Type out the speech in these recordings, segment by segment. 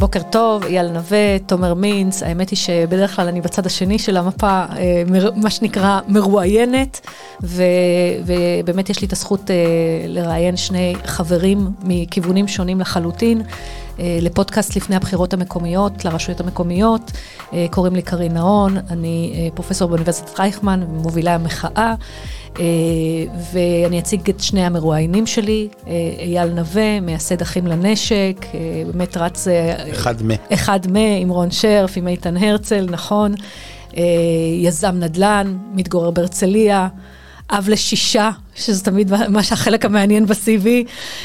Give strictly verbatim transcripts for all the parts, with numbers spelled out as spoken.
בוקר טוב, אייל נווה, תומר מינץ. האמת היא שבדרך כלל אני בצד השני של המפה, מה שנקרא מרואיינת, ובאמת יש לי את הזכות לראיין שני חברים מכיוונים שונים לחלוטין, לפודקאסט לפני הבחירות המקומיות, לרשויות המקומיות. קוראים לי קרין נאון, אני פרופסור באוניברסיטת רייכמן, מובילה המחאה, ואני אציג את שני המרואיינים שלי. אייל נווה, מייסד אחים לנשק, באמת רץ אחד מה. אחד מה, עם רון שרף, עם איתן הרצל, נכון. יזם נדל"ן, מתגורר בהרצליה, אב לשישה, שזה תמיד מה שהחלק המעניין ב-סי וי,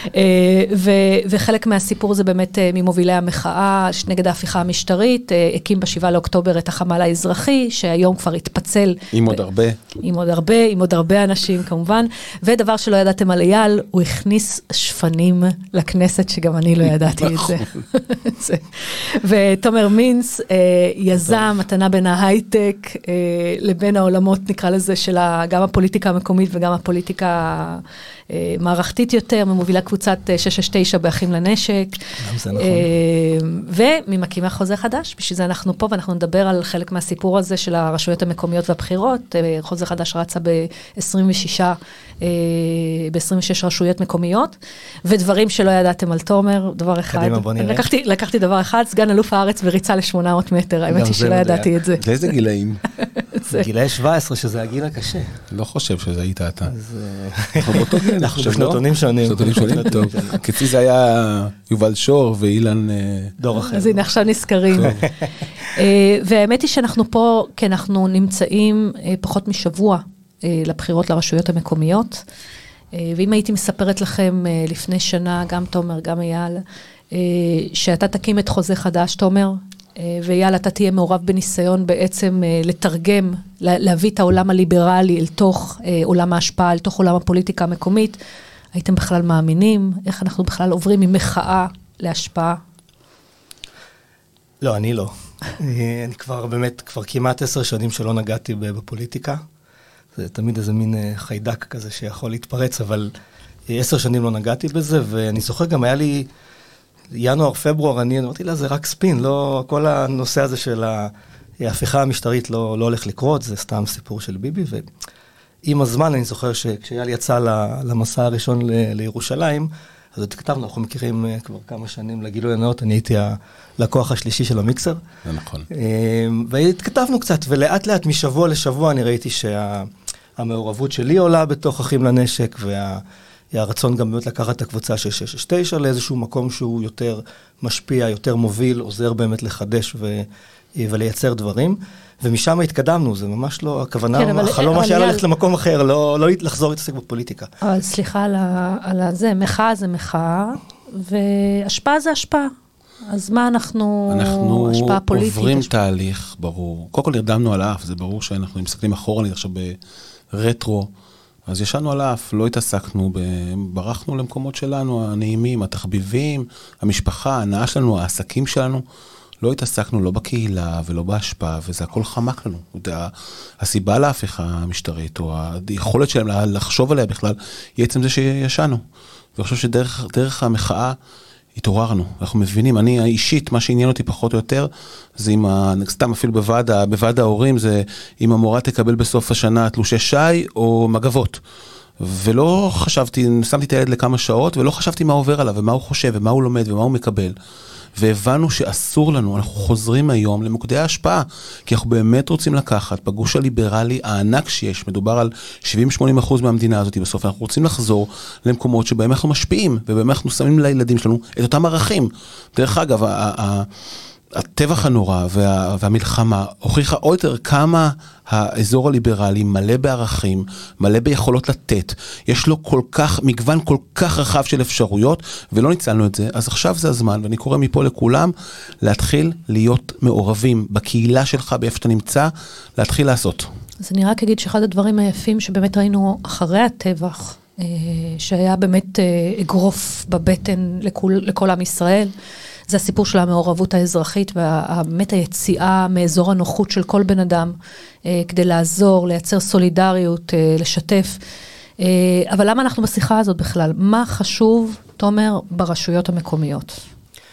וחלק מהסיפור זה באמת ממובילי המחאה נגד ההפיכה המשטרית, הקים בשבעה לאוקטובר את החמ"ל האזרחי, שהיום כבר התפצל. עם עוד הרבה. עם עוד הרבה, עם עוד הרבה אנשים כמובן, ודבר שלא ידעתם על אייל, הוא הכניס שפנים לכנסת, שגם אני לא ידעתי את זה. ותומר מינץ, יזם, מתנה בין ההייטק, לבין העולמות, נקרא לזה, של גם הפוליטיקה המקומית וגם הפוליטיקה מערכתית יותר, ממובילה קבוצת שש שש תשע באחים לנשק. גם זה נכון. וממקימי חוזה חדש, בשביל זה אנחנו פה, ואנחנו נדבר על חלק מהסיפור הזה של הרשויות המקומיות והבחירות. חוזה חדש רצה ב-עשרים ושש, ב-עשרים ושש רשויות מקומיות, ודברים שלא ידעתם על תומר, דבר אחד. קדימה, בוא נראה. לקחתי, לקחתי דבר אחד, סגן אלוף הארץ בריצה ל-שמונה מאות מטר, האמת היא שלא ידעתי את זה. לאיזה גילאים? גילאי שבע עשרה, שזה הגיל הקשה. לא חושב שזה היית אתה. אנחנו באותו גיל, אנחנו בשנתונים שונים. בשנתונים שונים, טוב. כצי זה היה יובל שור ואילן דור אחר. אז הנה עכשיו נזכרים. והאמת היא שאנחנו פה, כי אנחנו נמצאים פחות משבוע לבחירות לרשויות המקומיות, ואם הייתי מספרת לכם לפני שנה, גם תומר, גם אייל, שאתה תקים את חוזה חדש, תומר, ואייל, אתה תהיה מעורב בניסיון בעצם לתרגם, להביא את העולם הליברלי אל תוך עולם ההשפעה, אל תוך עולם הפוליטיקה המקומית, הייתם בכלל מאמינים? איך אנחנו בכלל עוברים ממחאה להשפעה? לא, אני לא. אני כבר באמת, כבר כמעט עשר שנים שלא נגעתי בפוליטיקה. זה תמיד איזה מין חיידק כזה שיכול להתפרץ, אבל עשר שנים לא נגעתי בזה, ואני זוכר גם היה לי ינואר, פברואר, אני אמרתי לה, זה רק ספין, לא, כל הנושא הזה של ההפיכה המשטרית לא, לא הולך לקרות, זה סתם סיפור של ביבי, ועם הזמן אני זוכר שכשיאל יצא למסע הראשון לירושלים, אז כתבנו, אנחנו מכירים כבר כמה שנים לגילוי הנאות, אני הייתי הלקוח השלישי של המיקסר. זה נכון. והתכתבנו קצת, ולאט לאט משבוע לשבוע אני ראיתי שהמעורבות שלי עולה בתוך אחים לנשק, וה... הרצון גם באמת לקחת את הקבוצה של שש שש תשע לאיזשהו מקום שהוא יותר משפיע, יותר מוביל, עוזר באמת לחדש ו... ולייצר דברים, ומשם התקדמנו, זה ממש לא הכוונה, כן, החלום שהיה ללכת למקום אחר, לא, לא לחזור להתעסק בפוליטיקה. אבל סליחה על, ה... על זה, מחאה זה מחאה, והשפעה זה השפעה. אז מה אנחנו, אנחנו השפעה פוליטית? אנחנו עוברים השפעה. תהליך, ברור. קודם כל נרדמנו על האף, זה ברור שאנחנו מסתכלים אחורה, עכשיו ברטרו, אז ישנו על האף, לא התעסקנו, ברחנו למקומות שלנו, הנעימים, התחביבים, המשפחה, ההנאה שלנו, העסקים שלנו, לא התעסקנו לא בקהילה ולא בהשפעה, וזה הכל חמק לנו. הסיבה להפיכה המשטרית, או היכולת שלהם לחשוב עליה בכלל, היא עצם זה שישנו. ואני חושב שדרך דרך המחאה התעוררנו, אנחנו מבינים, אני האישית, מה שעניין אותי פחות או יותר, זה עם, ה, סתם אפילו בוועד, בוועד ההורים, זה אם המורה תקבל בסוף השנה תלושי שי או מגבות. ולא חשבתי, שמתי את הילד לכמה שעות, ולא חשבתי מה עובר עליו, ומה הוא חושב, ומה הוא לומד, ומה הוא מקבל. והבנו שאסור לנו, אנחנו חוזרים היום למוקדי ההשפעה, כי אנחנו באמת רוצים לקחת בגוש הליברלי הענק שיש, מדובר על שבעים שמונים אחוז מהמדינה הזאת בסוף, אנחנו רוצים לחזור למקומות שבהם אנחנו משפיעים, ובהם אנחנו שמים לילדים שלנו את אותם ערכים. דרך אגב, הטבח הנורא וה, והמלחמה הוכיחה עוד יותר כמה האזור הליברלי מלא בערכים, מלא ביכולות לתת. יש לו כל כך, מגוון כל כך רחב של אפשרויות, ולא ניצלנו את זה. אז עכשיו זה הזמן, ואני קורא מפה לכולם, להתחיל להיות מעורבים בקהילה שלך, באיפה שאתה נמצא, להתחיל לעשות. אז אני רק אגיד שאחד הדברים היפים שבאמת ראינו אחרי הטבח, שהיה באמת אגרוף בבטן לכל, לכל עם ישראל, זה הסיפור של המעורבות האזרחית, ובאמת היציאה מאזור הנוחות של כל בן אדם, כדי לעזור, לייצר סולידריות, לשתף. אבל למה אנחנו בשיחה הזאת בכלל? מה חשוב, תומר, ברשויות המקומיות?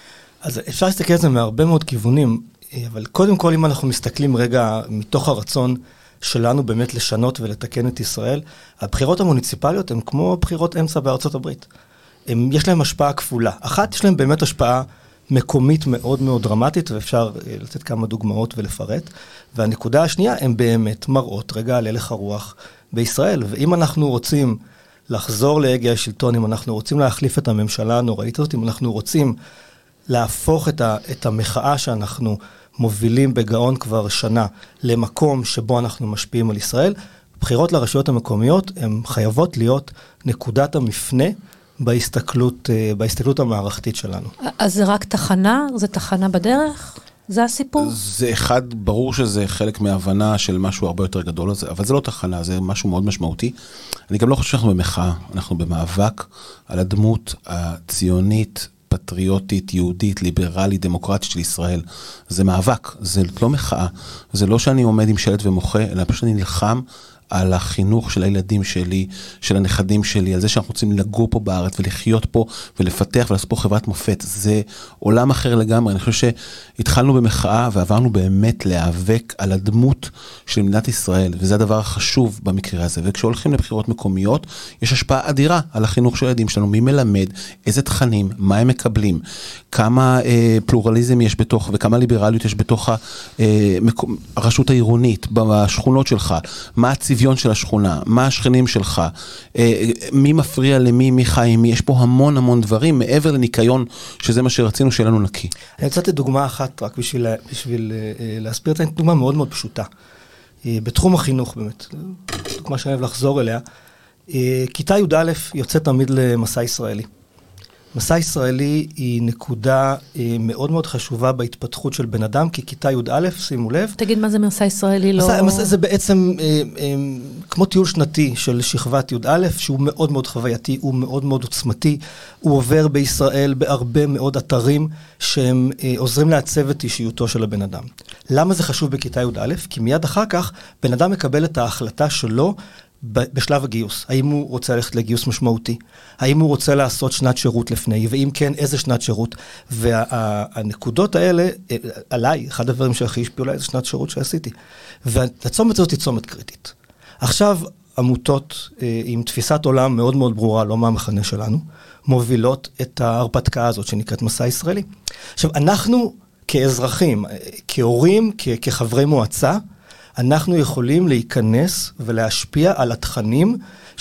אז אפשר להסתכל על זה מהרבה מאוד כיוונים, אבל קודם כל, אם אנחנו מסתכלים רגע מתוך הרצון שלנו באמת לשנות ולתקן את ישראל, הבחירות המוניציפליות הן כמו בחירות אמצע בארצות הברית. הם, יש להם השפעה כפולה. אחת, יש להם באמת השפעה מקומית מאוד מאוד דרמטית, ואפשר לתת כמה דוגמאות ולפרט. והנקודה השנייה, הן באמת מראות רגע על הלך הרוח בישראל. ואם אנחנו רוצים לחזור להגה השלטון, אם אנחנו רוצים להחליף את הממשלה הנוראית הזאת, אם אנחנו רוצים להפוך את, ה, את המחאה שאנחנו מובילים בגאון כבר שנה למקום שבו אנחנו משפיעים על ישראל, בחירות לרשויות המקומיות הן חייבות להיות נקודת המפנה בהסתכלות, בהסתכלות המערכתית שלנו. אז זה רק תחנה? זה תחנה בדרך? זה הסיפור? זה אחד, ברור שזה חלק מההבנה של משהו הרבה יותר גדול, אבל זה לא תחנה, זה משהו מאוד משמעותי. אני גם לא חושב שאנחנו במחאה, אנחנו במאבק על הדמות הציונית, פטריוטית, יהודית, ליברלית, דמוקרטית של ישראל. זה מאבק, זה לא מחאה. זה לא שאני עומד עם שלט ומוחה, אלא פשוט אני נלחם על החינוך של הילדים שלי, של הנכדים שלי, על זה שאנחנו רוצים לגור פה בארץ ולחיות פה ולפתח ולעשות פה חברת מופת. זה עולם אחר לגמרי. אני חושב שהתחלנו במחאה ועברנו באמת להיאבק על הדמות של מדינת ישראל, וזה הדבר החשוב במקרה הזה. וכשהולכים לבחירות מקומיות, יש השפעה אדירה על החינוך של הילדים שלנו, מי מלמד, איזה תכנים, מה הם מקבלים, כמה אה, פלורליזם יש בתוך, וכמה ליברליות יש בתוך אה, מקום, הרשות העירונית, בשכונות שלך, מה הצביון של השכונה, מה השכנים שלך, מי מפריע למי, מי חי, מי, יש פה המון המון דברים, מעבר לניקיון, שזה מה שרצינו שלנו נקי. אני רוצה לתת דוגמה אחת, רק בשביל, בשביל להסביר את זה, דוגמה מאוד מאוד פשוטה. בתחום החינוך באמת, דוגמה שאני אוהב לחזור אליה, כיתה י"א יוצאת תמיד למסע ישראלי. מסע ישראלי היא נקודה מאוד מאוד חשובה בהתפתחות של בן אדם, כי כיתה י"א, שימו לב. תגיד מה זה מסע ישראלי? מסע, לא... מסע זה בעצם אה, אה, כמו טיול שנתי של שכבת י"א, שהוא מאוד מאוד חווייתי, הוא מאוד מאוד עוצמתי, הוא עובר בישראל בהרבה מאוד אתרים שהם אה, עוזרים לעצב את אישיותו של הבן אדם. למה זה חשוב בכיתה י"א? כי מיד אחר כך בן אדם מקבל את ההחלטה שלו, בשלב הגיוס, האם הוא רוצה ללכת לגיוס משמעותי, האם הוא רוצה לעשות שנת שירות לפני, ואם כן, איזה שנת שירות, והנקודות האלה, עליי, אחד הדברים שהכי השפיעו עליי, זה שנת שירות שעשיתי, והצומת הזאת היא צומת קריטית. עכשיו, עמותות עם תפיסת עולם מאוד מאוד ברורה, לא מהמחנה שלנו, מובילות את ההרפתקה הזאת שנקראת מסע ישראלי. עכשיו, אנחנו כאזרחים, כהורים, כחברי מועצה, אנחנו יכולים להיכנס ולהשפיע על התכנים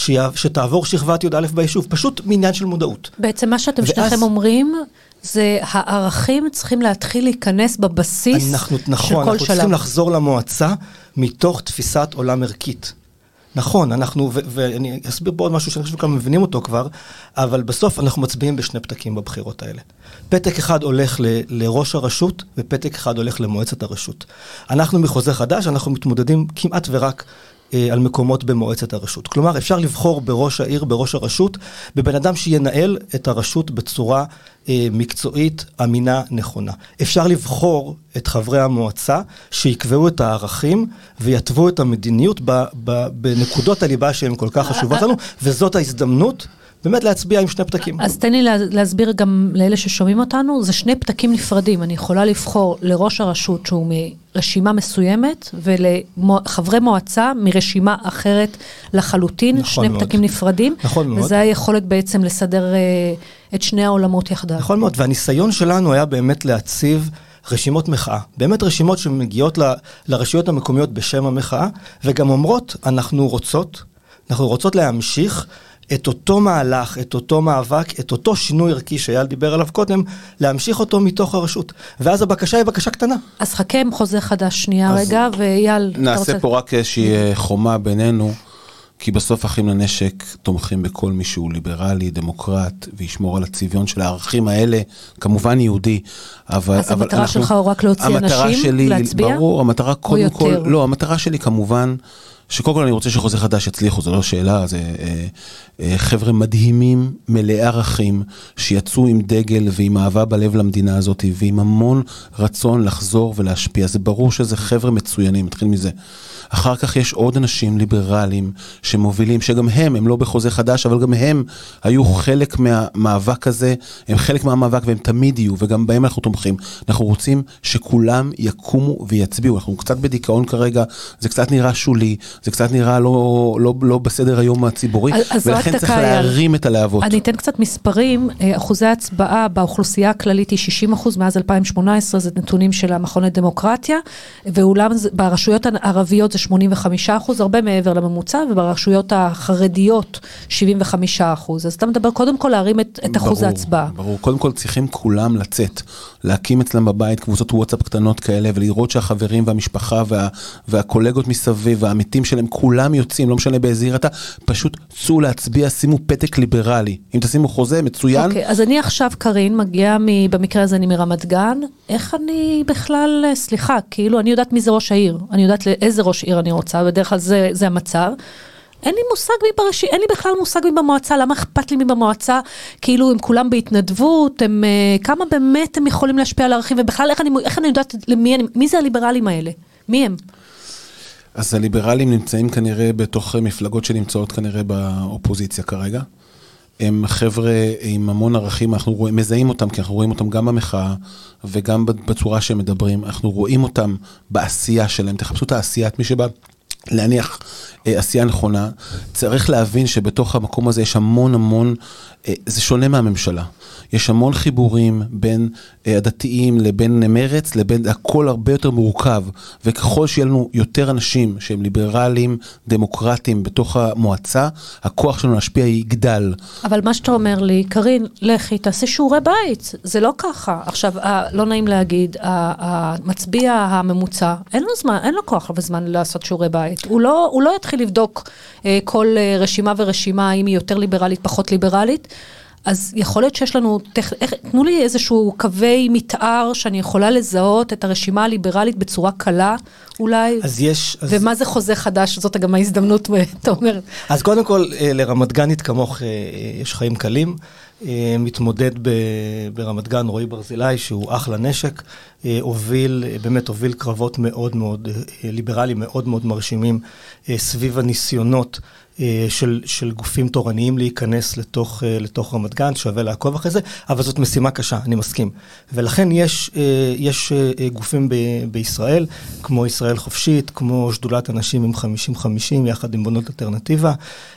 שתעבור שכבת י"א ביישוב, פשוט מעניין של מודעות. בעצם מה שאתם שניכם אומרים, זה הערכים צריכים להתחיל להיכנס בבסיס של כל שלב. נכון, אנחנו צריכים לחזור למועצה מתוך תפיסת עולם ערכית. נכון, אנחנו, ואני אסביר פה עוד משהו שאני חושב שכולם מבינים אותו כבר, אבל בסוף אנחנו מצביעים בשני פתקים בבחירות האלה. פתק אחד הולך ל, לראש הרשות, ופתק אחד הולך למועצת הרשות. אנחנו מחוזה חדש, אנחנו מתמודדים כמעט ורק אה, על מקומות במועצת הרשות. כלומר, אפשר לבחור בראש העיר, בראש הרשות, בבן אדם שינהל את הרשות בצורה אה, מקצועית, אמינה, נכונה. אפשר לבחור את חברי המועצה שיקבעו את הערכים ויתוו את המדיניות ב, ב, בנקודות הליבה שהן כל כך חשובות לנו, וזאת ההזדמנות באמת להצביע עם שני פתקים. אז תן לי להסביר גם לאלה ששומעים אותנו, זה שני פתקים נפרדים. אני יכולה לבחור לראש הרשות שהוא מרשימה מסוימת, ולחברי מועצה מרשימה אחרת לחלוטין, נכון שני מאוד. פתקים נפרדים. נכון מאוד. וזה היכולת בעצם לסדר את שני העולמות יחדיו. נכון מאוד, והניסיון שלנו היה באמת להציב רשימות מחאה, באמת רשימות שמגיעות ל, לרשויות המקומיות בשם המחאה, וגם אומרות, אנחנו רוצות, אנחנו רוצות להמשיך את אותו מהלך, את אותו מאבק, את אותו שינוי ערכי שאייל דיבר עליו קודם, להמשיך אותו מתוך הרשות. ואז הבקשה היא בקשה קטנה. אז חכה עם חוזה חדש שנייה רגע, ואייל... נעשה רוצה... פה רק איזושהי חומה בינינו, כי בסוף אחים לנשק תומכים בכל מי שהוא ליברלי, דמוקרט, וישמור על הצביון של הערכים האלה, כמובן יהודי. אבל, אז אבל המטרה אנחנו, שלך הוא רק להוציא אנשים, שלי, להצביע? ברור, המטרה קודם כל, לא, המטרה שלי כמובן, שקודם כל אני רוצה שחוזה חדש יצליחו, זו לא שאלה, זה אה, אה, חבר'ה מדהימים, מלאי ערכים, שיצאו עם דגל ועם אהבה בלב למדינה הזאת, ועם המון רצון לחזור ולהשפיע. זה ברור שזה חבר'ה מצוינים, מתחיל מזה. אחר כך יש עוד אנשים ליברליים שמובילים, שגם הם, הם לא בחוזה חדש, אבל גם הם היו חלק מהמאבק הזה, הם חלק מהמאבק והם תמיד יהיו, וגם בהם אנחנו תומכים. אנחנו רוצים שכולם יקומו ויצביעו, אנחנו קצת בדיכאון כרגע, זה קצת נראה שולי, זה קצת נראה לא, לא, לא בסדר היום הציבורי, ולכן צריך להרים את הלהבות. אני אתן קצת מספרים, אחוזי ההצבעה באוכלוסייה הכללית היא שישים אחוז מאז אלפיים שמונה עשרה, זה נתונים של המכון לדמוקרטיה, ואולם ברשויות הערביות זה שמונים וחמישה אחוז, הרבה מעבר לממוצע, וברשויות החרדיות שבעים וחמישה אחוז. אז אתה מדבר קודם כל להרים את, את אחוז ההצבעה. ברור, קודם כל צריכים כולם לצאת, להקים אצלם בבית קבוצות וואטסאפ קטנות כאלה, ולראות שהחברים והמשפחה וה, והקולגות מסביב, והעמיתים שלהם, כולם יוצאים, לא משנה באיזה עיר אתה, פשוט צאו להצביע, שימו פתק ליברלי. אם תשימו חוזה, מצוין. אוקיי, אז אני עכשיו, קרין, מגיעה מ, במקרה הזה אני מרמת גן, איך אני בכלל, סליחה, כאילו, אני יודעת מי זה ראש העיר, אני יודעת לאיזה ראש עיר אני רוצה, בדרך כלל זה, זה המצב. אין לי מושג מי ברשי, אין לי בכלל מושג מי במועצה, למה אכפת לי מי במועצה, כאילו הם כולם בהתנדבות, הם, כמה באמת הם יכולים להשפיע על הערכים, ובכלל איך אני, איך אני יודעת למי, מי זה הליברלים האלה? מי הם? אז הליברלים נמצאים כנראה בתוך מפלגות שנמצאות כנראה באופוזיציה כרגע. הם חבר'ה עם המון ערכים, אנחנו רואים, מזהים אותם, כי אנחנו רואים אותם גם במחאה, וגם בצורה שהם מדברים, אנחנו רואים אותם בעשייה שלהם, תחפשו את העשיית מי שבא להניח אה, עשייה נכונה, צריך להבין שבתוך המקום הזה יש המון המון, אה, זה שונה מהממשלה. יש המון חיבורים בין אה, הדתיים לבין מרץ, לבין הכל הרבה יותר מורכב, וככל שיהיה לנו יותר אנשים שהם ליברליים, דמוקרטיים בתוך המועצה, הכוח שלנו להשפיע יגדל. אבל מה שאתה אומר לי, קרין, לכי, תעשה שיעורי בית, זה לא ככה. עכשיו, לא נעים להגיד, המצביע הממוצע, אין לו זמן, אין לו כוח בזמן לעשות שיעורי בית. הוא לא, הוא לא יתחיל לבדוק אה, כל אה, רשימה ורשימה, אם היא יותר ליברלית, פחות ליברלית, אז יכול להיות שיש לנו, איך, תנו לי איזשהו קווי מתאר שאני יכולה לזהות את הרשימה הליברלית בצורה קלה, אולי. אז יש... אז... ומה זה חוזה חדש? זאת גם ההזדמנות, אתה אומר. אז קודם כל, לרמת גנית כמוך יש חיים קלים. מתמודד ברמת גן רועי ברזילי, שהוא אחלה נשק, הוביל, באמת הוביל קרבות מאוד מאוד ליברליים, מאוד מאוד מרשימים, סביב הניסיונות של, של גופים תורניים להיכנס לתוך, לתוך רמת גן, שווה לעקוב אחרי זה, אבל זאת משימה קשה, אני מסכים. ולכן יש, יש גופים ב, בישראל, כמו ישראל חופשית, כמו שדולת אנשים עם חמישים חמישים, יחד עם בונות אלטרנטיבה,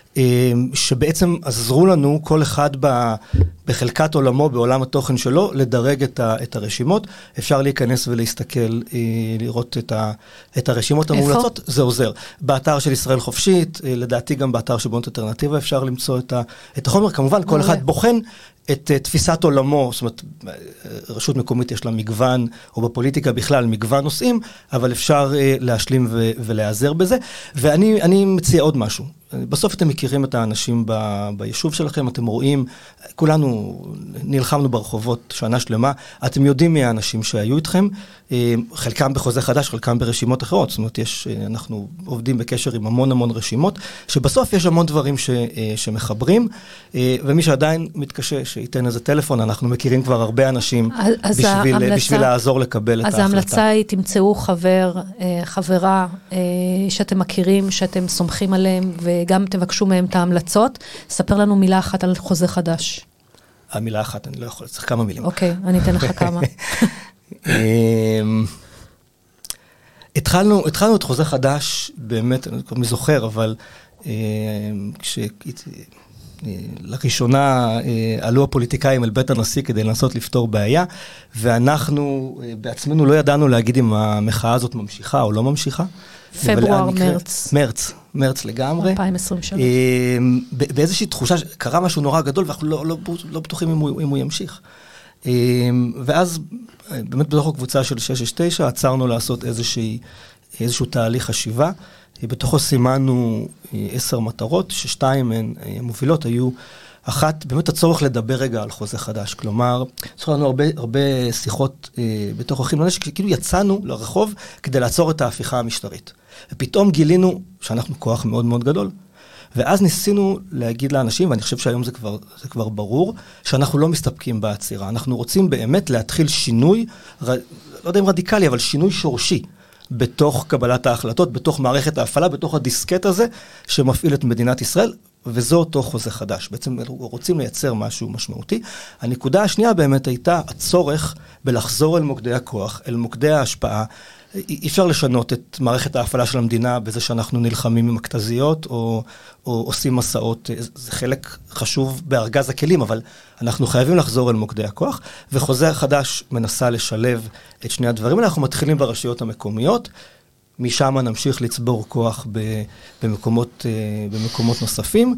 שבעצם עזרו לנו, כל אחד בחלקת עולמו, בעולם התוכן שלו, לדרג את, ה, את הרשימות. אפשר להיכנס ולהסתכל, לראות את, ה, את הרשימות המומלצות, זה עוזר. באתר של ישראל חופשית, לדעתי גם באתר של בונות אלטרנטיבה, אפשר למצוא את, ה, את החומר. כמובן, כל אחד בוחן את תפיסת עולמו, זאת אומרת, רשות מקומית יש לה מגוון, או בפוליטיקה בכלל מגוון נושאים, אבל אפשר להשלים ו- ולהיעזר בזה. ואני אני מציע עוד משהו. בסוף אתם מכירים את האנשים ב- ביישוב שלכם, אתם רואים, כולנו נלחמנו ברחובות שנה שלמה, אתם יודעים מי האנשים שהיו איתכם, חלקם בחוזה חדש, חלקם ברשימות אחרות, זאת אומרת, יש, אנחנו עובדים בקשר עם המון המון רשימות, שבסוף יש המון דברים ש- שמחברים, ומי שעדיין מתקשה, שייתן איזה טלפון, אנחנו מכירים כבר הרבה אנשים בשביל, ההמלצה, בשביל לעזור לקבל את ההחלטה. אז ההמלצה היא, תמצאו חבר, חברה, שאתם מכירים, שאתם סומכים עליהם, וגם תבקשו מהם את ההמלצות. ספר לנו מילה אחת על חוזה חדש. המילה אחת, אני לא יכול, צריך כמה מילים. אוקיי, אני אתן לך כמה. התחלנו, התחלנו את חוזה חדש, באמת, אני לא זוכר, אבל כש... לראשונה עלו הפוליטיקאים אל בית הנשיא כדי לנסות לפתור בעיה, ואנחנו בעצמנו לא ידענו להגיד אם המחאה הזאת ממשיכה או לא ממשיכה. פברואר, מרץ. מרץ, מרץ לגמרי. אלפיים עשרים ושלוש. באיזושהי תחושה, קרה משהו נורא גדול, ואנחנו לא, לא, לא בטוחים אם הוא, אם הוא ימשיך. ואז, באמת בתוך הקבוצה של שש שש תשע, עצרנו לעשות איזושהי, איזשהו תהליך חשיבה, בתוכו סימנו עשר מטרות, ששתיים הן מובילות, היו אחת, באמת הצורך לדבר רגע על חוזה חדש, כלומר, צריך לנו הרבה, הרבה שיחות בתוך אחים לנשק, שכאילו יצאנו לרחוב כדי לעצור את ההפיכה המשטרית. ופתאום גילינו שאנחנו כוח מאוד מאוד גדול. ואז ניסינו להגיד לאנשים, ואני חושב שהיום זה כבר, זה כבר ברור, שאנחנו לא מסתפקים בעצירה. אנחנו רוצים באמת להתחיל שינוי, לא יודע אם רדיקלי, אבל שינוי שורשי, בתוך קבלת ההחלטות, בתוך מערכת ההפעלה, בתוך הדיסקט הזה, שמפעיל את מדינת ישראל, וזו אותו חוזה חדש. בעצם רוצים לייצר משהו משמעותי. הנקודה השנייה באמת הייתה הצורך בלחזור אל מוקדי הכוח, אל מוקדי ההשפעה. אי אפשר לשנות את מערכת ההפעלה של המדינה בזה שאנחנו נלחמים עם הכתזיות, או, או עושים מסעות. זה חלק חשוב בארגז הכלים, אבל אנחנו חייבים לחזור אל מוקדי הכוח, וחוזה חדש מנסה לשלב את שני הדברים. אנחנו מתחילים ברשויות המקומיות, משם נמשיך לצבור כוח במקומות, במקומות נוספים.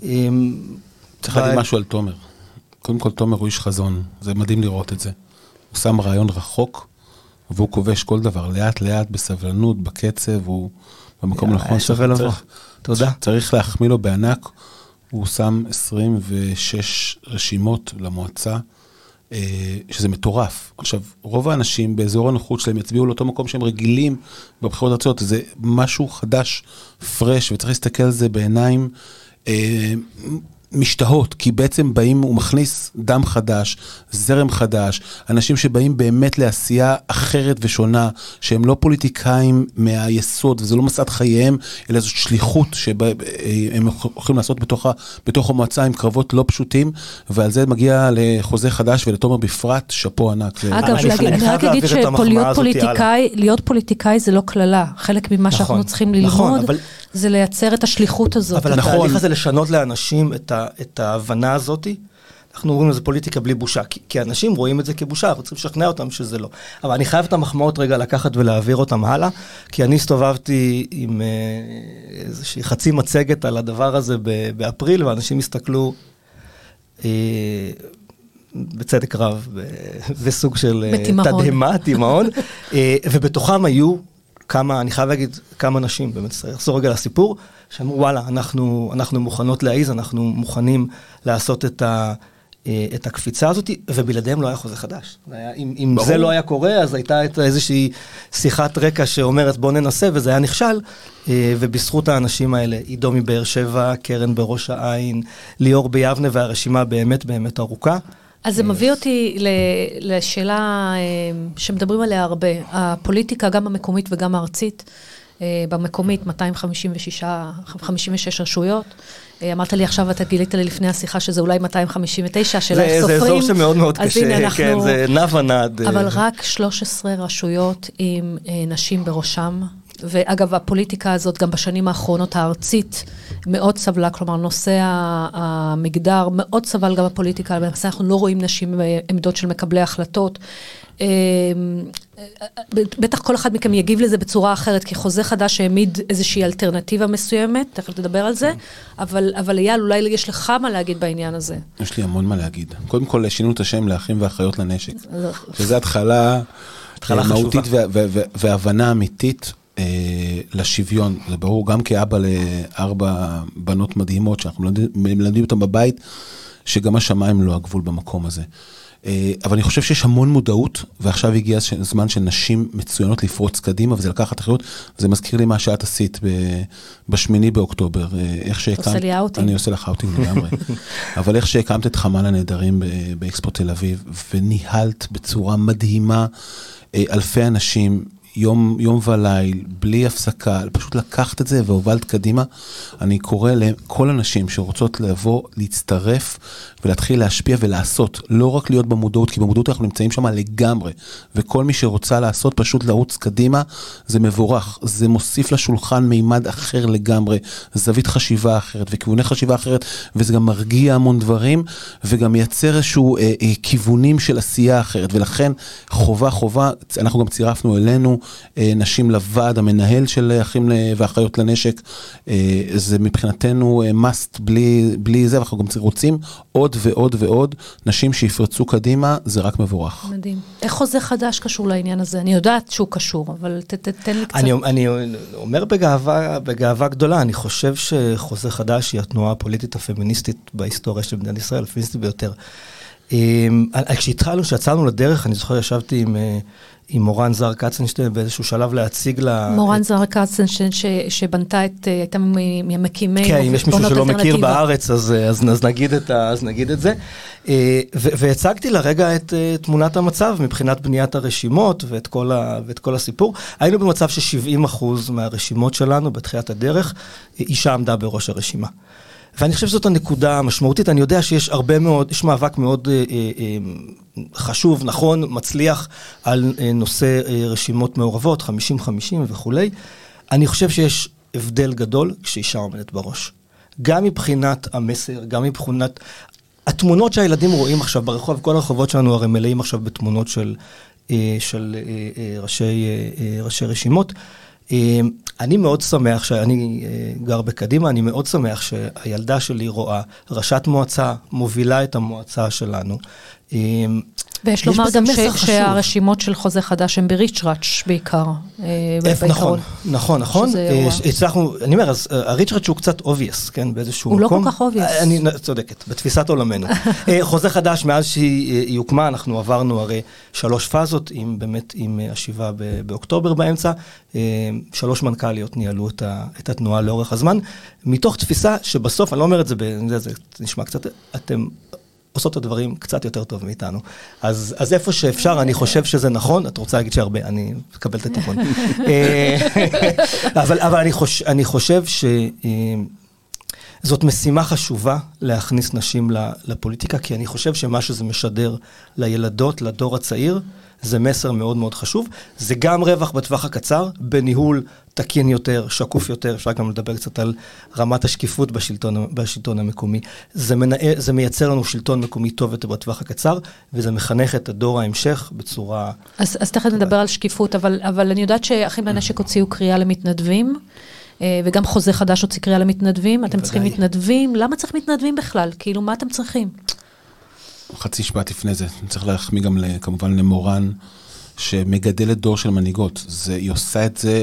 צריך להגיד משהו על תומר. קודם כל, תומר הוא איש חזון. זה מדהים לראות את זה. הוא שם רעיון רחוק, והוא כובש כל דבר, לאט לאט, בסבלנות, בקצב, הוא במקום נכון. שווה לבוא. תודה. צריך להחמיא לו בענק. הוא שם עשרים ושש רשימות למועצה, שזה מטורף. עכשיו, רוב האנשים באזור הנוחות שלהם יצביעו לאותו מקום שהם רגילים בבחירות הארציות. זה משהו חדש, פרש, וצריך להסתכל על זה בעיניים אה, משתהות, כי בעצם באים, הוא מכניס דם חדש, זרם חדש, אנשים שבאים באמת לעשייה אחרת ושונה, שהם לא פוליטיקאים מהיסוד, וזה לא מסעת חייהם, אלא זאת שליחות שהם הולכים לעשות בתוך, בתוך המועצה עם קרבות לא פשוטים, ועל זה מגיע לחוזה חדש ולתומר בפרט, שפו ענק. אגב, אני רק אגיד שלהיות פוליטיקאי זה לא כללה, חלק ממה שאנחנו צריכים ללמוד, זה לייצר את השליחות הזאת. אבל התהליך הזה לשנות לאנשים את ה... את ההבנה הזאת, אנחנו אומרים לזה פוליטיקה בלי בושה, כי, כי אנשים רואים את זה כבושה, אנחנו צריכים לשכנע אותם שזה לא. אבל אני חייב את המחמאות רגע לקחת ולהעביר אותם הלאה, כי אני הסתובבתי עם אה, איזושהי חצי מצגת על הדבר הזה ב- באפריל, ואנשים הסתכלו אה, בצדק רב, בסוג של תדהמה, תימהון, אה, ובתוכם היו כמה, אני חייב להגיד, כמה נשים, באמת, אחזור רגע לסיפור, שאמרו, וואלה, אנחנו, אנחנו מוכנות להעיז, אנחנו מוכנים לעשות את, ה, את הקפיצה הזאת, ובלעדיהם לא היה חוזה חדש. היה, אם אם זה לא היה קורה, אז הייתה איזושהי שיחת רקע שאומרת, בוא ננסה, וזה היה נכשל, ובזכות האנשים האלה, עידו מבאר שבע, קרן בראש העין, ליאור ביבנה, והרשימה באמת באמת ארוכה. אז זה מביא אותי לשאלה שמדברים עליה הרבה. הפוליטיקה, גם המקומית וגם הארצית, במקומית מאתיים חמישים ושש רשויות. אמרת לי עכשיו, אתה גילית לי לפני השיחה, שזה אולי מאתיים חמישים ותשע, של איך סופרים. זה אזור שמאוד מאוד קשה, כן, זה נע ונד. אבל רק שלוש עשרה רשויות עם נשים בראשם. ואגב, הפוליטיקה הזאת, גם בשנים האחרונות, הארצית, מאוד סבלה, כלומר, נושא המגדר, מאוד סבל גם הפוליטיקה, למעשה אנחנו לא רואים נשים בעמדות של מקבלי החלטות. בטח כל אחד מכם יגיב לזה בצורה אחרת, כי חוזה חדש העמיד איזושהי אלטרנטיבה מסוימת, תכף תדבר על זה, אבל, אבל אייל, אולי יש לך מה להגיד בעניין הזה. יש לי המון מה להגיד. קודם כל, שינו את השם לאחים ואחיות לנשק. שזו התחלה מהותית והבנה אמיתית, לשוויון, זה ברור, גם כאבא לארבע בנות מדהימות, שאנחנו מלמדים אותם בבית, שגם השמיים לא הגבול במקום הזה. אבל אני חושב שיש המון מודעות, ועכשיו הגיע זמן של נשים מצוינות לפרוץ קדימה, וזה לקחת אחריות, זה מזכיר לי מה שאת עשית בשמיני באוקטובר, איך שהקמת... עושה לי אאוטינג. אני עושה לך אאוטינג לגמרי. אבל איך שהקמת את חמ"ל הנהדרים באקספו תל אביב, וניהלת בצורה מדהימה אלפי אנשים, יום, יום וליל, בלי הפסקה, פשוט לקחת את זה והובלת קדימה. אני קורא לכל אנשים שרוצות לבוא, להצטרף ולהתחיל להשפיע ולעשות, לא רק להיות במודעות, כי במודעות אנחנו נמצאים שם לגמרי, וכל מי שרוצה לעשות פשוט לרוץ קדימה, זה מבורך, זה מוסיף לשולחן מימד אחר לגמרי, זווית חשיבה אחרת וכיווני חשיבה אחרת, וזה גם מרגיע המון דברים, וגם מייצר איזשהו אה, אה, כיוונים של עשייה אחרת, ולכן חובה חובה, אנחנו גם צירפנו אלינו, נשים לוועד, המנהל של אחים ואחיות לנשק, זה מבחינתנו must, בלי, בלי זה, אנחנו גם רוצים עוד ועוד ועוד, נשים שיפרצו קדימה, זה רק מבורך. מדהים. איך חוזה חדש קשור לעניין הזה? אני יודעת שהוא קשור, אבל ת, ת, תן לי קצת. אני, אני אומר בגאווה, בגאווה גדולה, אני חושב שחוזה חדש היא התנועה הפוליטית הפמיניסטית בהיסטוריה של מדינת ישראל, הפמיניסטית ביותר. כשהתחלנו, כשיצאנו לדרך, אני זוכר, ישבתי עם עם מורן זר קצנשטיין באיזשהו שלב להציג לה... מורן זר קצנשטיין שבנתה את, הייתה ממקימי... כן, אם יש מישהו שלא מכיר בארץ, אז, אז, אז, נגיד את, אז נגיד את זה. ו, והצגתי לרגע את תמונת המצב מבחינת בניית הרשימות ואת כל, ה, ואת כל הסיפור. היינו במצב ש-שבעים אחוז מהרשימות שלנו בתחילת הדרך, אישה עמדה בראש הרשימה. ואני חושב שזאת הנקודה המשמעותית, אני יודע שיש הרבה מאוד, יש מאבק מאוד אה, אה, חשוב, נכון, מצליח, על אה, נושא אה, רשימות מעורבות, חמישים חמישים וכולי. אני חושב שיש הבדל גדול כשאישה עומדת בראש. גם מבחינת המסר, גם מבחינת התמונות שהילדים רואים עכשיו ברחוב, כל הרחובות שלנו הרי מלאים עכשיו בתמונות של, אה, של אה, אה, ראשי, אה, ראשי רשימות. אני מאוד שמח, שאני גר בקדימה, אני מאוד שמח שהילדה שלי רואה ראשת מועצה, מובילה את המועצה שלנו. ויש לומר גם שהרשימות של חוזה חדש הם בריצ'ראץ' בעיקר. נכון, נכון, נכון. הצלחנו, אני אומר, אז הריצ'ראץ' הוא קצת obvious, כן, באיזשהו מקום. הוא לא כל כך obvious. אני צודקת, בתפיסת עולמנו. חוזה חדש, מאז שהיא הוקמה, אנחנו עברנו הרי שלוש פאזות, באמת עם השבעה באוקטובר באמצע, שלוש מנכ"ליות ניהלו את התנועה לאורך הזמן, מתוך תפיסה שבסוף, אני לא אומר את זה, זה נשמע קצת, אתם... עושות את הדברים קצת יותר טוב מאיתנו. אז, אז איפה שאפשר, אני חושב שזה נכון, את רוצה להגיד שהרבה, אני אקבל את התיקון. אבל, אבל אני חושב, אני חושב שזאת משימה חשובה להכניס נשים לפוליטיקה, כי אני חושב שמה שזה משדר לילדות, לדור הצעיר, זה מסר מאוד מאוד חשוב. זה גם רווח בטווח הקצר, בניהול תקין יותר, שקוף יותר, אפשר גם לדבר קצת על רמת השקיפות בשלטון, בשלטון המקומי. זה, מנע, זה מייצר לנו שלטון מקומי טוב יותר בטווח הקצר, וזה מחנך את הדור ההמשך בצורה... אז, אז תכף נדבר על שקיפות, אבל, אבל אני יודעת שאחים לנשק הוציאו קריאה למתנדבים, וגם חוזה חדש הוציא קריאה למתנדבים. אתם צריכים מתנדבים? למה צריך מתנדבים בכלל? כאילו, מה אתם צריכים? חצי שבעת לפני זה, אני צריך להחמיא גם כמובן למורן, שמגדלת דור של מנהיגות. זה, היא עושה את זה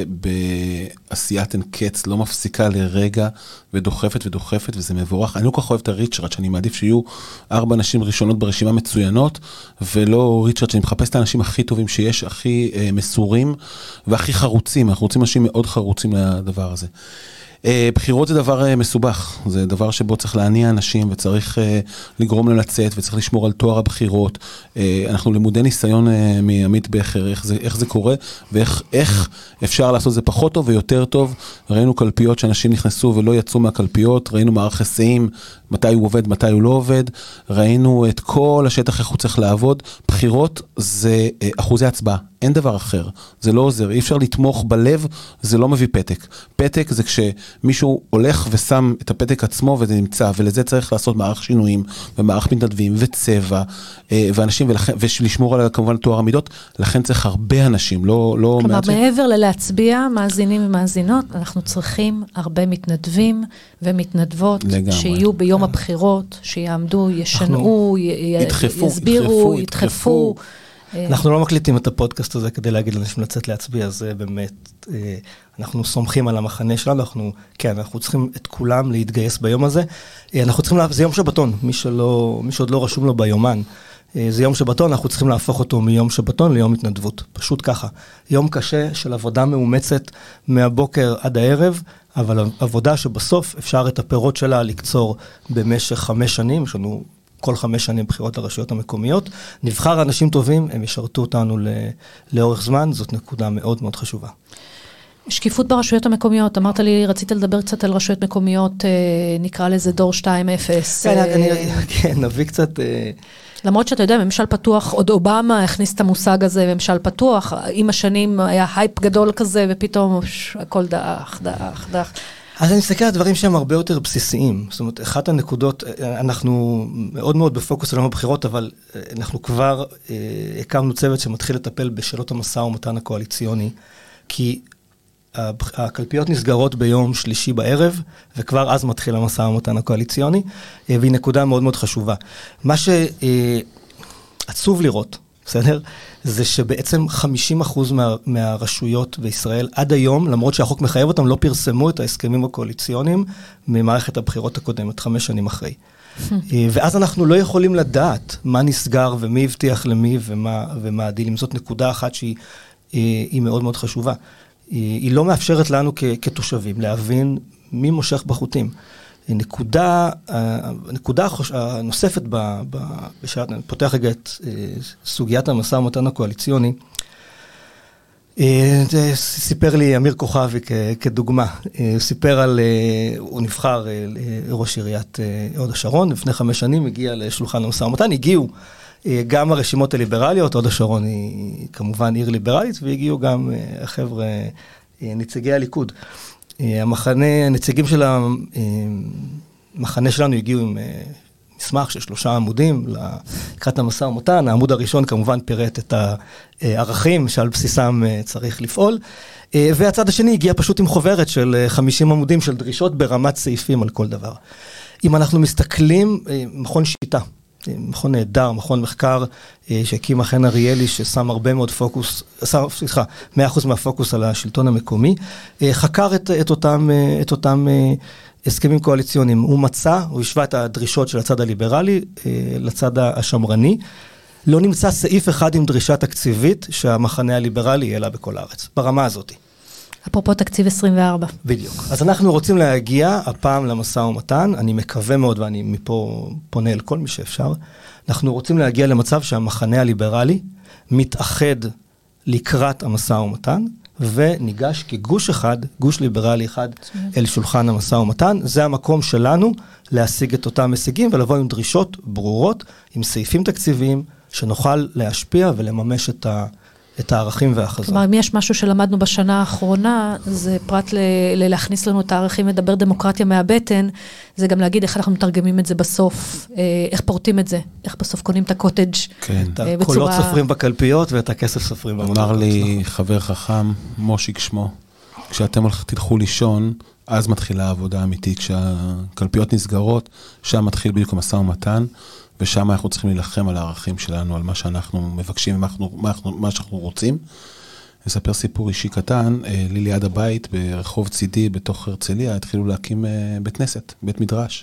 בעשיית אין קץ, לא מפסיקה לרגע, ודוחפת ודוחפת, וזה מבורך. אני לא כל כך אוהב את הריצ'רד, שאני מעדיף שיהיו ארבע נשים ראשונות ברשימה מצוינות, ולא ריצ'רד, שאני מחפש את האנשים הכי טובים שיש, הכי אה, מסורים, והכי חרוצים. אנחנו רוצים אנשים מאוד חרוצים לדבר הזה. בחירות זה דבר מסובך, זה דבר שבו צריך להניע אנשים וצריך לגרום להם לצאת וצריך לשמור על תואר הבחירות. אנחנו למודי ניסיון מעמית בכר, איך זה, איך זה קורה ואיך איך אפשר לעשות זה פחות טוב ויותר טוב. ראינו קלפיות שאנשים נכנסו ולא יצאו מהקלפיות, ראינו מערך היסעים, מתי הוא עובד, מתי הוא לא עובד, ראינו את כל השטח איך הוא צריך לעבוד. בחירות זה אחוזי הצבעה, אין דבר אחר, זה לא עוזר, אי אפשר לתמוך בלב, זה לא מביא פתק. פתק זה כשמישהו הולך ושם את הפתק עצמו וזה נמצא, ולזה צריך לעשות מערך שינויים ומערך מתנדבים וצבע, ואנשים, ולכן, ולשמור על כמובן תואר המידות, לכן צריך הרבה אנשים, לא, לא כלומר, מעבר ללהצביע, מאזינים ומאזינות, אנחנו צריכים הרבה מתנדבים ומתנדבות, לגמרי. שיהיו ביום הבחירות, שיעמדו, ישנעו, ידחפו, יסבירו, ידחפו, ידחפו. אנחנו לא מקליטים את הפודקאסט הזה כדי להגיד לאנשים לצאת להצביע, זה באמת, אנחנו סומכים על המחנה שלנו, אנחנו, כן, אנחנו צריכים את כולם להתגייס ביום הזה. אנחנו צריכים, זה יום שבתון, מי שלא, מי שעוד לא רשום לו ביומן, זה יום שבתון, אנחנו צריכים להפוך אותו מיום שבתון ליום התנדבות, פשוט ככה. יום קשה של עבודה מאומצת מהבוקר עד הערב, אבל עבודה שבסוף אפשר את הפירות שלה לקצור במשך חמש שנים, יש לנו כל חמש שנים בחירות לרשויות המקומיות, נבחר אנשים טובים, הם ישרתו אותנו לאורך זמן, זאת נקודה מאוד מאוד חשובה. שקיפות ברשויות המקומיות, אמרת לי, רצית לדבר קצת על רשויות מקומיות, נקרא לזה דור שתיים אפס. כן, נביא קצת... למרות שאתה יודע, ממשל פתוח, עוד אובמה הכניס את המושג הזה, ממשל פתוח, עם השנים היה הייפ גדול כזה, ופתאום הכל דאח, דאח, דאח. אז אני מסתכל על דברים שהם הרבה יותר בסיסיים. זאת אומרת, אחת הנקודות, אנחנו מאוד מאוד בפוקוס על יום הבחירות, אבל אנחנו כבר אה, הקמנו צוות שמתחיל לטפל בשאלות המשא ומתן הקואליציוני, כי הקלפיות נסגרות ביום שלישי בערב, וכבר אז מתחיל המשא ומתן הקואליציוני, אה, והיא נקודה מאוד מאוד חשובה. מה שעצוב לראות, בסדר? זה שבעצם חמישים אחוז מה, מהרשויות בישראל עד היום, למרות שהחוק מחייב אותם, לא פרסמו את ההסכמים הקואליציוניים ממערכת הבחירות הקודמת, חמש שנים אחרי. ואז אנחנו לא יכולים לדעת מה נסגר ומי הבטיח למי ומה, ומה הדילים. זאת נקודה אחת שהיא היא מאוד מאוד חשובה. היא לא מאפשרת לנו כ, כתושבים להבין מי מושך בחוטים. נקודה, הנקודה הנוספת ב, ב, בשעת, אני פותח רגע את סוגיית המשא ומתן הקואליציוני, סיפר לי אמיר כוכבי כדוגמה, סיפר על, הוא נבחר ראש עיריית הוד השרון, לפני חמש שנים הגיע לשולחן המשא ומתן, הגיעו גם הרשימות הליברליות, הוד השרון היא כמובן עיר ליברלית, והגיעו גם החבר'ה, נציגי הליכוד. המחנה, הנציגים של המחנה שלנו הגיעו עם מסמך של שלושה עמודים לקראת המשא ומתן. העמוד הראשון כמובן פירט את הערכים שעל בסיסם צריך לפעול, והצד השני הגיע פשוט עם חוברת של חמישים עמודים של דרישות ברמת סעיפים על כל דבר. אם אנחנו מסתכלים, מכון שיטה, מכון נהדר, מכון מחקר שהקים חן אריאלי, ששם הרבה מאוד פוקוס, סליחה, מאה אחוז מהפוקוס על השלטון המקומי, חקר את, את אותם, את אותם הסכמים קואליציוניים. הוא מצא, הוא השווה את הדרישות של הצד הליברלי לצד השמרני. לא נמצא סעיף אחד עם דרישה תקציבית שהמחנה הליברלי יעלה בכל הארץ, ברמה הזאת. אפרופו תקציב עשרים וארבע. בדיוק. אז אנחנו רוצים להגיע הפעם למשא ומתן, אני מקווה מאוד ואני מפה פונה אל כל מי שאפשר, אנחנו רוצים להגיע למצב שהמחנה הליברלי מתאחד לקראת המשא ומתן, וניגש כגוש אחד, גוש ליברלי אחד, אל שולחן המשא ומתן. זה המקום שלנו להשיג את אותם הישגים, ולבוא עם דרישות ברורות, עם סעיפים תקציביים, שנוכל להשפיע ולממש את ה... את הערכים והחזון. כלומר, אם יש משהו שלמדנו בשנה האחרונה, זה פרט ל- ל- להכניס לנו את הערכים, לדבר דמוקרטיה מהבטן, זה גם להגיד איך אנחנו מתרגמים את זה בסוף, איך פורטים את זה, איך בסוף קונים את הקוטג'. כן, את הקולות סופרים בקלפיות ואת הכסף סופרים במדרגות. אמר לי חבר חכם, מושיק שמו, כשאתם תלכו לישון, אז מתחילה העבודה האמיתית, כשהקלפיות נסגרות, שם מתחיל בדיוק המשא ומתן, ושם אנחנו צריכים להילחם על הערכים שלנו, על מה שאנחנו מבקשים, ומה אנחנו, מה אנחנו, מה שאנחנו רוצים. אספר סיפור אישי קטן, לי ליד הבית, ברחוב צידי, בתוך הרצליה, התחילו להקים בית כנסת, בית מדרש.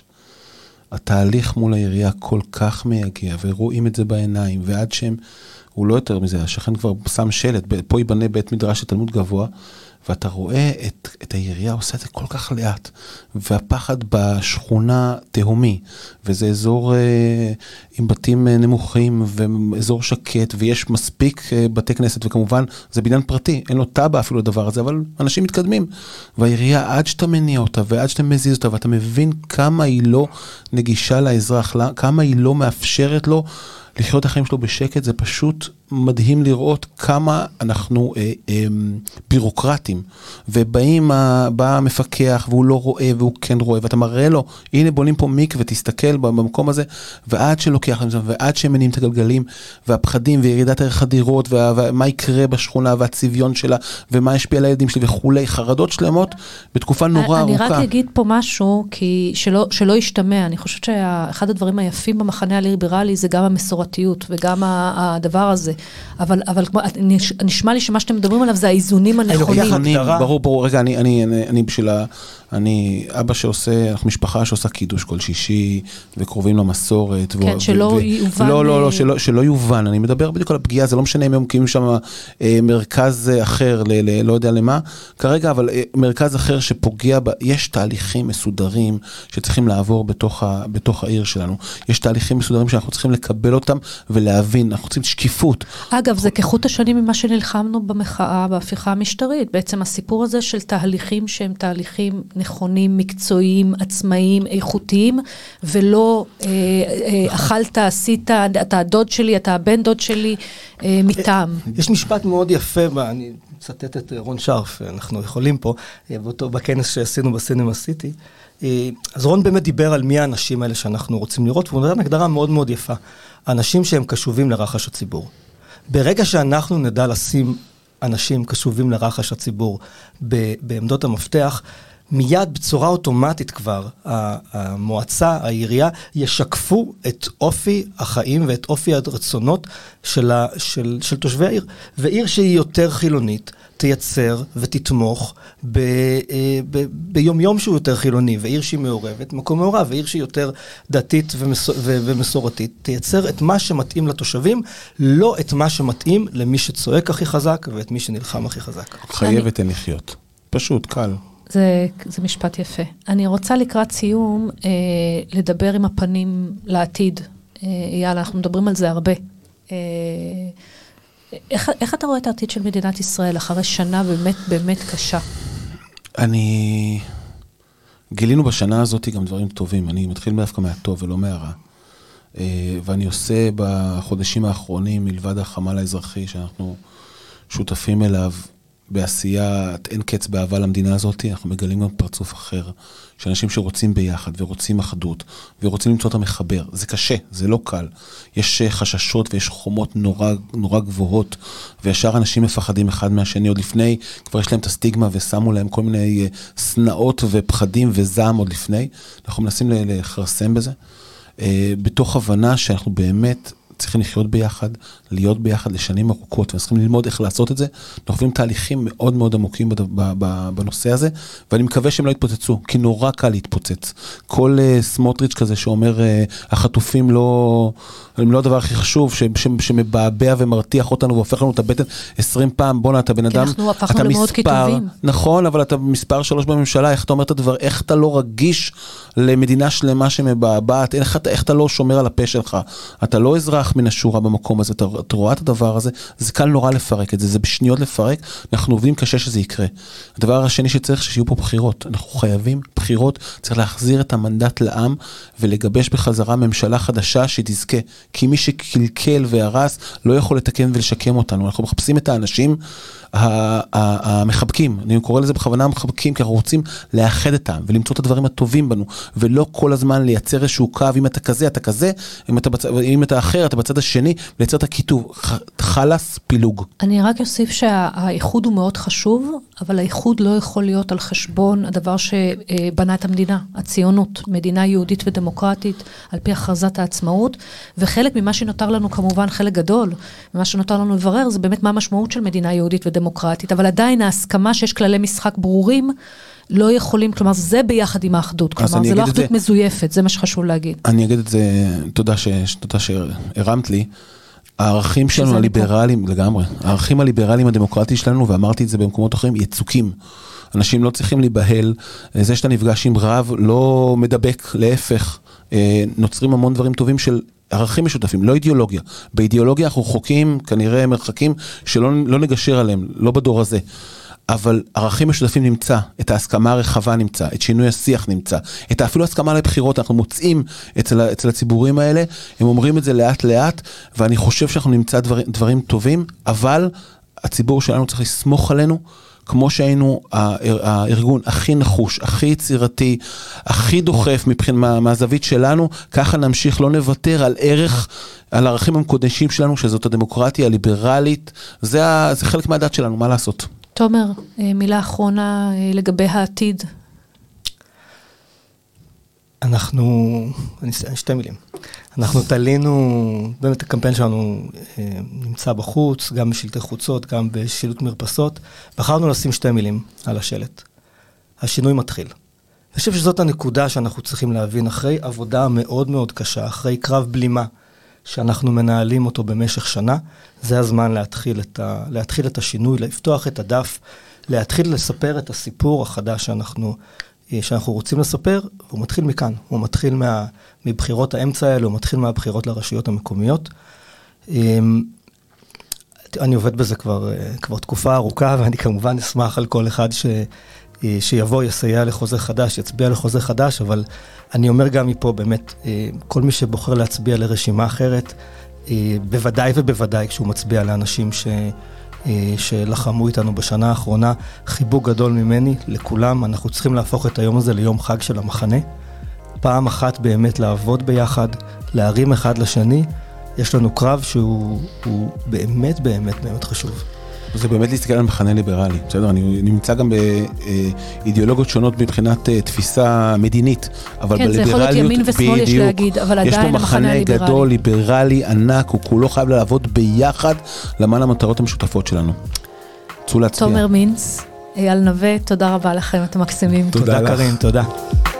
התהליך מול העירייה כל כך מייגע, ורואים את זה בעיניים, ועד שהם, הוא לא יותר מזה, השכן כבר שם שלט, פה ייבנה בית מדרש לתלמוד גבוה, ואתה רואה את, את העירייה עושה את זה כל כך לאט, והפחד בשכונה תהומי, וזה אזור אה, עם בתים אה, נמוכים, ואזור שקט, ויש מספיק אה, בתי כנסת, וכמובן זה בניין פרטי, אין לו טאבה אפילו לדבר הזה, אבל אנשים מתקדמים, והעירייה עד שאתה מניע אותה, ועד שאתה מזיז אותה, ואתה מבין כמה היא לא נגישה לאזרח, כמה היא לא מאפשרת לו, לחיות את החיים שלו בשקט, זה פשוט מדהים לראות כמה אנחנו אה, אה, בירוקרטים, ובאים, בא המפקח, והוא לא רואה, והוא כן רואה, ואתה מראה לו, הנה בונים פה מיק, ותסתכל במקום הזה, ועד שלוקח להם, ועד שהם מניעים את הגלגלים, והפחדים, וירידת ערך הדירות, ומה יקרה בשכונה, והצביון שלה, ומה ישפיע על הילדים שלי, וכולי, חרדות שלמות, בתקופה נורא אני ארוכה. רק אגיד פה משהו, כי שלא, שלא ישתמע, אני חושבת שאחד הדברים היפים במחנה הליברלי, זה גם המסורתיות, וגם הדבר הזה. אבל, אבל נשמע לי שמה שאתם מדברים עליו זה האיזונים הנכונים. ברור, ברור, רגע, אני, אני, אני, אני בשביל ה... אני, אבא שעושה, אנחנו משפחה שעושה קידוש כל שישי, וקרובים למסורת. כן, שלא יובן. לא, לא, לא, שלא, שלא יובן. אני מדבר בדיוק על הפגיעה, זה לא משנה אם הם מקימים שם אה, מרכז אחר, ל, ל, לא יודע למה, כרגע, אבל אה, מרכז אחר שפוגע, ב, יש תהליכים מסודרים שצריכים לעבור בתוך, ה, בתוך העיר שלנו. יש תהליכים מסודרים שאנחנו צריכים לקבל אותם ולהבין, אנחנו צריכים שקיפות. אגב, זה כחוט השנים ממה שנלחמנו במחאה, בהפיכה המשטרית. בעצם הסיפור הזה של תהליכים שהם תהליכים נכונים, מקצועיים, עצמאיים, איכותיים, ולא אה, אה, אכלת, עשית, אתה הדוד שלי, אתה הבן דוד שלי, אה, מטעם. יש משפט מאוד יפה, אני מצטט את רון שרף, אנחנו יכולים פה, באותו, בכנס שעשינו בסינמה סיטי, אז רון באמת דיבר על מי האנשים האלה שאנחנו רוצים לראות, והוא נתן הגדרה מאוד מאוד יפה, אנשים שהם קשובים לרחש הציבור. ברגע שאנחנו נדע לשים אנשים קשובים לרחש הציבור בעמדות המפתח, מיד בצורה אוטומטית כבר, המועצה, העירייה, ישקפו את אופי החיים ואת אופי הרצונות של, של, של תושבי העיר. ועיר שהיא יותר חילונית, תייצר ותתמוך ב, ביום יום שהוא יותר חילוני, ועיר שהיא מעורבת, מקום מעורב, ועיר שהיא יותר דתית ומס, ו, ומסורתית, תייצר את מה שמתאים לתושבים, לא את מה שמתאים למי שצועק הכי חזק, ואת מי שנלחם הכי חזק. חייבת אין לחיות. פשוט, קל. זה, זה משפט יפה. אני רוצה לקראת סיום אה, לדבר עם הפנים לעתיד. אה, יאללה, אנחנו מדברים על זה הרבה. אה, איך, איך אתה רואה את העתיד של מדינת ישראל אחרי שנה באמת באמת קשה? אני... גילינו בשנה הזאת גם דברים טובים. אני מתחיל דווקא מהטוב ולא מהרע. אה, ואני עושה בחודשים האחרונים, מלבד החמ"ל האזרחי שאנחנו שותפים אליו, בעשייה, אין קץ באהבה למדינה הזאת, אנחנו מגלים גם פרצוף אחר, שאנשים שרוצים ביחד ורוצים אחדות, ורוצים למצוא את המחבר. זה קשה, זה לא קל. יש חששות ויש חומות נורא, נורא גבוהות, וישר אנשים מפחדים אחד מהשני. עוד לפני, כבר יש להם את הסטיגמה, ושמו להם כל מיני סנאות ופחדים וזעם עוד לפני. אנחנו מנסים לחרסם בזה, בתוך הבנה שאנחנו באמת צריכים לחיות ביחד, להיות ביחד לשנים ארוכות, וצריכים ללמוד איך לעשות את זה. אנחנו עוברים תהליכים מאוד מאוד עמוקים בנושא הזה, ואני מקווה שהם לא יתפוצצו, כי נורא קל להתפוצץ. כל סמוטריץ' כזה שאומר, החטופים לא, הם לא הדבר הכי חשוב, שמבעבע ומרתיח אותנו, והופך לנו את הבטן עשרים פעם, בוא נה, אתה בן אדם, אנחנו הפכנו למאוד כיתובים. נכון, אבל אתה מספר שלוש בממשלה, איך אתה אומר את הדבר, איך אתה לא רגיש למדינה שלמה שמבעבעת, איך אתה לא שומר על הפה שלך, אתה לא אזרח מן השורה במקום הזה, אתה, אתה רואה את הדבר הזה, זה קל נורא לפרק את זה, זה בשניות לפרק, אנחנו עובדים קשה שזה יקרה. הדבר השני שצריך שיהיו פה בחירות, אנחנו חייבים בחירות, צריך להחזיר את המנדט לעם, ולגבש בחזרה ממשלה חדשה שתזכה, כי מי שקלקל והרס, לא יכול לתקן ולשקם אותנו, אנחנו מחפשים את האנשים, המחבקים, אני קורא לזה בכוונה המחבקים, כי אנחנו רוצים לאחד אותם, ולמצוא את הדברים הטובים בנו, ולא כל הזמן לייצר איזשהו קו, אם אתה כזה, אתה כזה, אם אתה, בצ... אם אתה אחר, אתה בצד השני, ולייצר את הכיתוב, חלס פילוג. אני רק אוסיף שהאיחוד הוא מאוד חשוב, אבל האיחוד לא יכול להיות על חשבון הדבר שבנה את המדינה, הציונות, מדינה יהודית ודמוקרטית, על פי הכרזת העצמאות, וחלק ממה שנותר לנו, כמובן חלק גדול, ממה שנותר לנו לברר, זה באמת מה המשמעות של מדינה יהודית ודמוקרטית, אבל עדיין ההסכמה שיש כללי משחק ברורים, לא יכולים, כלומר זה ביחד עם האחדות, כלומר זה לא אחדות מזויפת, זה מה שחשוב להגיד. אני אגיד את זה, תודה שהרמת לי, הערכים שלנו הליברליים, לגמרי, הערכים הליברליים הדמוקרטיים שלנו, ואמרתי את זה במקומות אחרים, יצוקים. אנשים לא צריכים להיבהל, זה שאתה נפגש עם רב לא מדבק, להפך, נוצרים המון דברים טובים של ערכים משותפים, לא אידיאולוגיה. באידיאולוגיה אנחנו חוקים, כנראה מרחקים, שלא לא נגשר עליהם, לא בדור הזה. אבל ערכים משותפים נמצא, את ההסכמה הרחבה נמצא, את שינוי השיח נמצא, את אפילו הסכמה לבחירות, אנחנו מוצאים אצל, אצל הציבורים האלה, הם אומרים את זה לאט לאט, ואני חושב שאנחנו נמצא דברים, דברים טובים, אבל הציבור שלנו צריך לסמוך עלינו, כמו שהיינו הארגון הכי נחוש, הכי יצירתי, הכי דוחף מבחינת מהזווית שלנו, ככה נמשיך, לא נוותר על ערך, על הערכים המקודשים שלנו, שזאת הדמוקרטיה הליברלית, זה, זה חלק מהדת שלנו, מה לעשות? תומר, מילה אחרונה לגבי העתיד. אנחנו, אני שתי מילים. אנחנו תלינו, באמת הקמפיין שלנו נמצא בחוץ, גם בשלטי חוצות, גם בשילוט מרפסות. בחרנו לשים שתי מילים על השלט. השינוי מתחיל. אני חושב שזאת הנקודה שאנחנו צריכים להבין אחרי עבודה מאוד מאוד קשה, אחרי קרב בלימה שאנחנו מנהלים אותו במשך שנה. זה הזמן להתחיל את, ה, להתחיל את השינוי, לפתוח את הדף, להתחיל לספר את הסיפור החדש שאנחנו שאנחנו רוצים לספר, הוא מתחיל מכאן, הוא מתחיל מה, מבחירות האמצע האלה, הוא מתחיל מהבחירות לרשויות המקומיות. אני עובד בזה כבר, כבר תקופה ארוכה, ואני כמובן אשמח על כל אחד ש, שיבוא, יסייע לחוזה חדש, יצביע לחוזה חדש, אבל אני אומר גם מפה, באמת, כל מי שבוחר להצביע לרשימה אחרת, בוודאי ובוודאי כשהוא מצביע לאנשים ש... שלחמו איתנו בשנה האחרונה, חיבוק גדול ממני לכולם. אנחנו צריכים להפוך את היום הזה ליום חג של המחנה, פעם אחת באמת לעבוד ביחד, להרים אחד לשני. יש לנו קרב שהוא הוא באמת באמת באמת חשוב. זה באמת להסתכל על מחנה ליברלי, בסדר? אני נמצא גם באידיאולוגיות שונות מבחינת תפיסה מדינית, אבל כן, בליברליות, זה יכול להיות ימין ושמאל יש להגיד, אבל עדיין המחנה הליברלי. יש פה מחנה גדול, ליברלי, ענק, הוא כולו חייב לעבוד ביחד למען המטרות המשותפות שלנו. צאו להצביע. תומר מינץ, אייל נווה, תודה רבה לכם, אתם מקסימים. תודה, קרין, תודה.